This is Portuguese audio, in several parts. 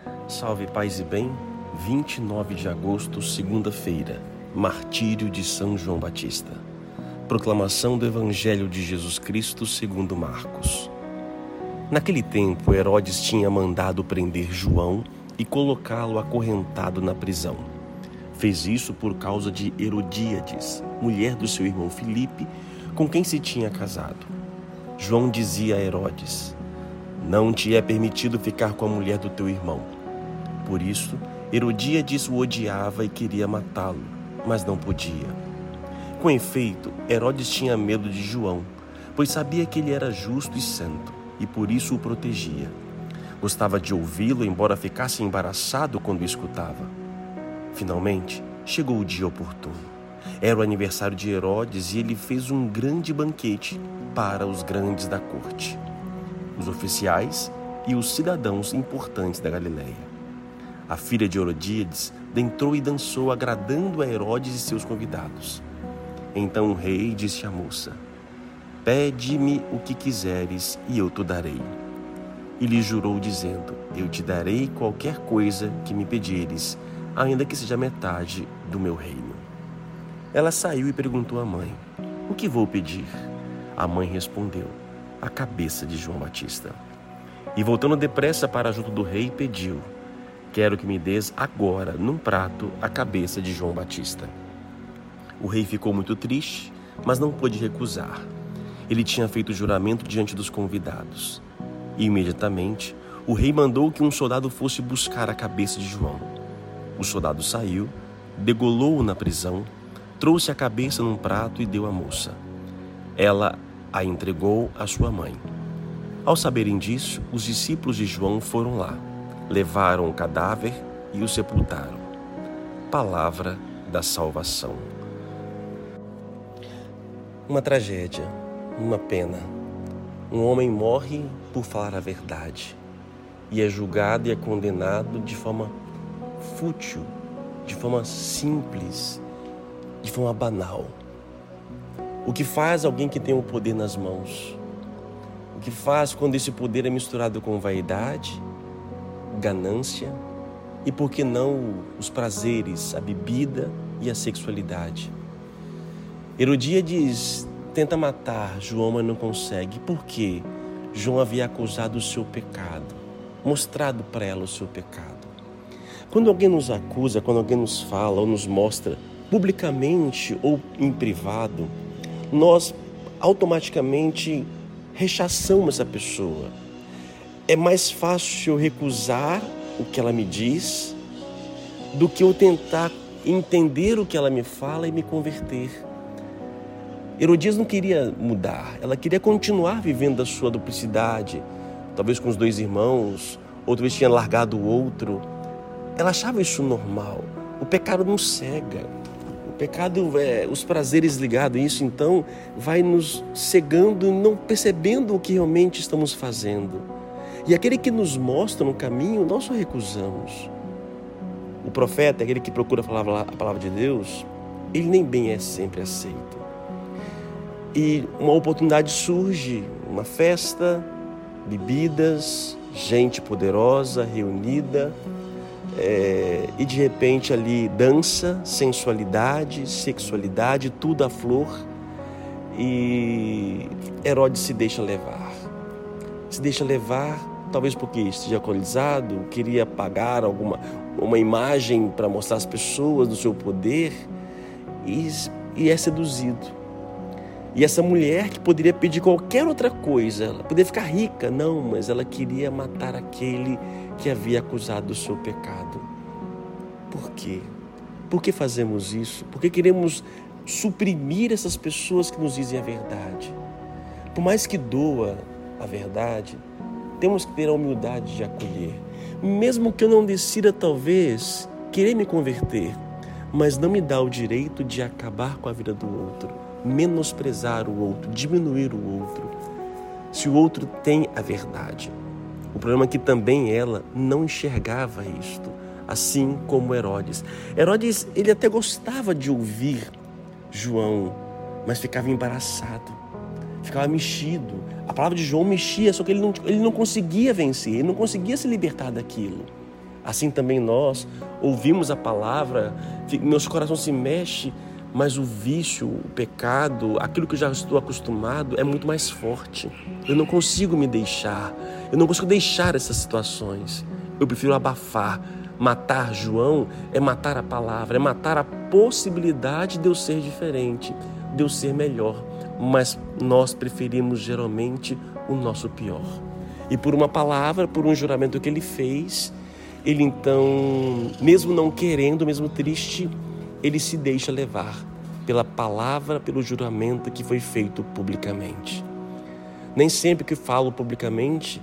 Salve, paz e bem, 29 de agosto, segunda-feira, Martírio de São João Batista. Proclamação do Evangelho de Jesus Cristo segundo Marcos. Naquele tempo, Herodes tinha mandado prender João e colocá-lo acorrentado na prisão. Fez isso por causa de Herodíades, mulher do seu irmão Filipe, com quem se tinha casado. João dizia a Herodes: "Não te é permitido ficar com a mulher do teu irmão." Por isso, Herodíades o odiava e queria matá-lo, mas não podia. Com efeito, Herodes tinha medo de João, pois sabia que ele era justo e santo, e por isso o protegia. Gostava de ouvi-lo, embora ficasse embaraçado quando o escutava. Finalmente, chegou o dia oportuno. Era o aniversário de Herodes e ele fez um grande banquete para os grandes da corte, os oficiais e os cidadãos importantes da Galileia. A filha de Herodíades entrou e dançou, agradando a Herodes e seus convidados. Então o rei disse à moça: "Pede-me o que quiseres e eu te darei." E lhe jurou, dizendo: "Eu te darei qualquer coisa que me pedires, ainda que seja metade do meu reino." Ela saiu e perguntou à mãe: "O que vou pedir?" A mãe respondeu: "A cabeça de João Batista." E voltando depressa para junto do rei, pediu: "Quero que me des agora, num prato, a cabeça de João Batista." O rei ficou muito triste, mas não pôde recusar. Ele tinha feito juramento diante dos convidados. E imediatamente, o rei mandou que um soldado fosse buscar a cabeça de João. O soldado saiu, degolou-o na prisão, trouxe a cabeça num prato e deu à moça. Ela a entregou à sua mãe. Ao saberem disso, os discípulos de João foram lá, levaram o cadáver e o sepultaram. Palavra da salvação. Uma tragédia, uma pena. Um homem morre por falar a verdade e é julgado e é condenado de forma fútil, de forma simples, de forma banal. O que faz alguém que tem o poder nas mãos? O que faz quando esse poder é misturado com vaidade, ganância e, por que não, os prazeres, a bebida e a sexualidade? Herodíades tenta matar João, mas não consegue. Por quê? João havia acusado o seu pecado, mostrado para ela o seu pecado. Quando alguém nos acusa, quando alguém nos fala ou nos mostra publicamente ou em privado, nós automaticamente rechaçamos essa pessoa. É mais fácil eu recusar o que ela me diz do que eu tentar entender o que ela me fala e me converter. Herodias não queria mudar, ela queria continuar vivendo a sua duplicidade, talvez com os dois irmãos, outra vez tinha largado o outro. Ela achava isso normal. O pecado nos cega. O pecado, os prazeres ligados a isso, então, vai nos cegando, não percebendo o que realmente estamos fazendo. E aquele que nos mostra no caminho, nós só recusamos. O profeta, aquele que procura falar a palavra de Deus, ele nem bem é sempre aceito. E uma oportunidade surge, uma festa, bebidas, gente poderosa, reunida, e de repente ali dança, sensualidade, sexualidade, tudo à flor, e Herodes se deixa levar. Se deixa levar, talvez porque esteja alcoolizado, queria pagar uma imagem para mostrar às pessoas do seu poder, e é seduzido. E essa mulher que poderia pedir qualquer outra coisa, ela poderia ficar rica, não, mas ela queria matar aquele que havia acusado do seu pecado. Por quê? Por que fazemos isso? Por que queremos suprimir essas pessoas que nos dizem a verdade? Por mais que doa a verdade, temos que ter a humildade de acolher. Mesmo que eu não decida, talvez, querer me converter, mas não me dá o direito de acabar com a vida do outro, menosprezar o outro, diminuir o outro, se o outro tem a verdade. O problema é que também ela não enxergava isto, assim como Herodes. Herodes, ele até gostava de ouvir João, mas ficava embaraçado, ficava mexido. palavra de João mexia, só que ele não conseguia vencer, ele não conseguia se libertar daquilo. Assim também nós ouvimos a palavra, nosso coração se mexe, mas o vício, o pecado, aquilo que eu já estou acostumado é muito mais forte. Eu não consigo me deixar, eu não consigo deixar essas situações. Eu prefiro abafar. Matar João é matar a palavra, é matar a possibilidade de eu ser diferente, de eu ser melhor. Mas nós preferimos geralmente o nosso pior. E por uma palavra, por um juramento que ele fez, ele então, mesmo não querendo, mesmo triste, ele se deixa levar pela palavra, pelo juramento que foi feito publicamente. Nem sempre que falo publicamente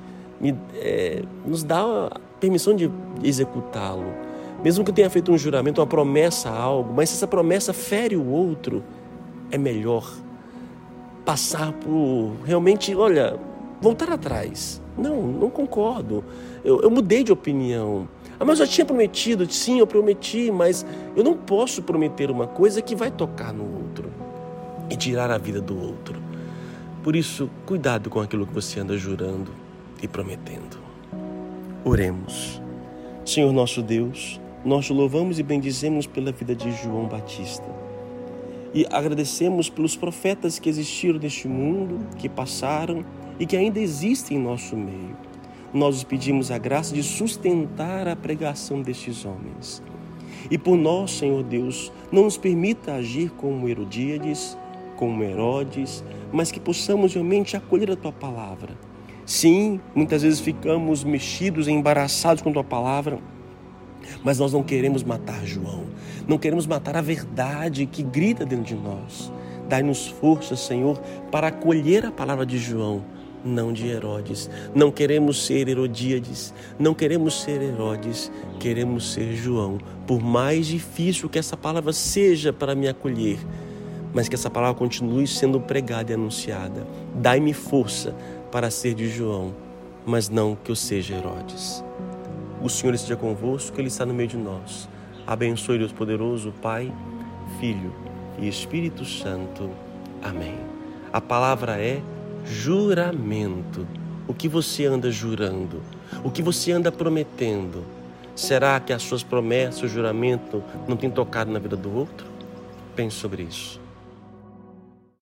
nos dá a permissão de executá-lo. Mesmo que eu tenha feito um juramento, uma promessa a algo, mas se essa promessa fere o outro, é melhor passar por realmente, voltar atrás. Não concordo. Eu mudei de opinião. Mas eu já tinha prometido. Sim, eu prometi, mas eu não posso prometer uma coisa que vai tocar no outro e tirar a vida do outro. Por isso, cuidado com aquilo que você anda jurando e prometendo. Oremos. Senhor nosso Deus, nós te louvamos e bendizemos pela vida de João Batista. E agradecemos pelos profetas que existiram neste mundo, que passaram e que ainda existem em nosso meio. Nós os pedimos a graça de sustentar a pregação destes homens. E por nós, Senhor Deus, não nos permita agir como Herodíades, como Herodes, mas que possamos realmente acolher a Tua palavra. Sim, muitas vezes ficamos mexidos, embaraçados com a Tua palavra, mas nós não queremos matar João, não queremos matar a verdade que grita dentro de nós. Dai-nos força, Senhor, para acolher a palavra de João, não de Herodes. Não queremos ser Herodíades, não queremos ser Herodes, queremos ser João. Por mais difícil que essa palavra seja para me acolher, mas que essa palavra continue sendo pregada e anunciada. Dai-me força para ser de João, mas não que eu seja Herodes. O Senhor esteja convosco, Ele está no meio de nós. Abençoe Deus poderoso, Pai, Filho e Espírito Santo. Amém. A palavra é juramento. O que você anda jurando? O que você anda prometendo? Será que as suas promessas, o juramento, não tem tocado na vida do outro? Pense sobre isso.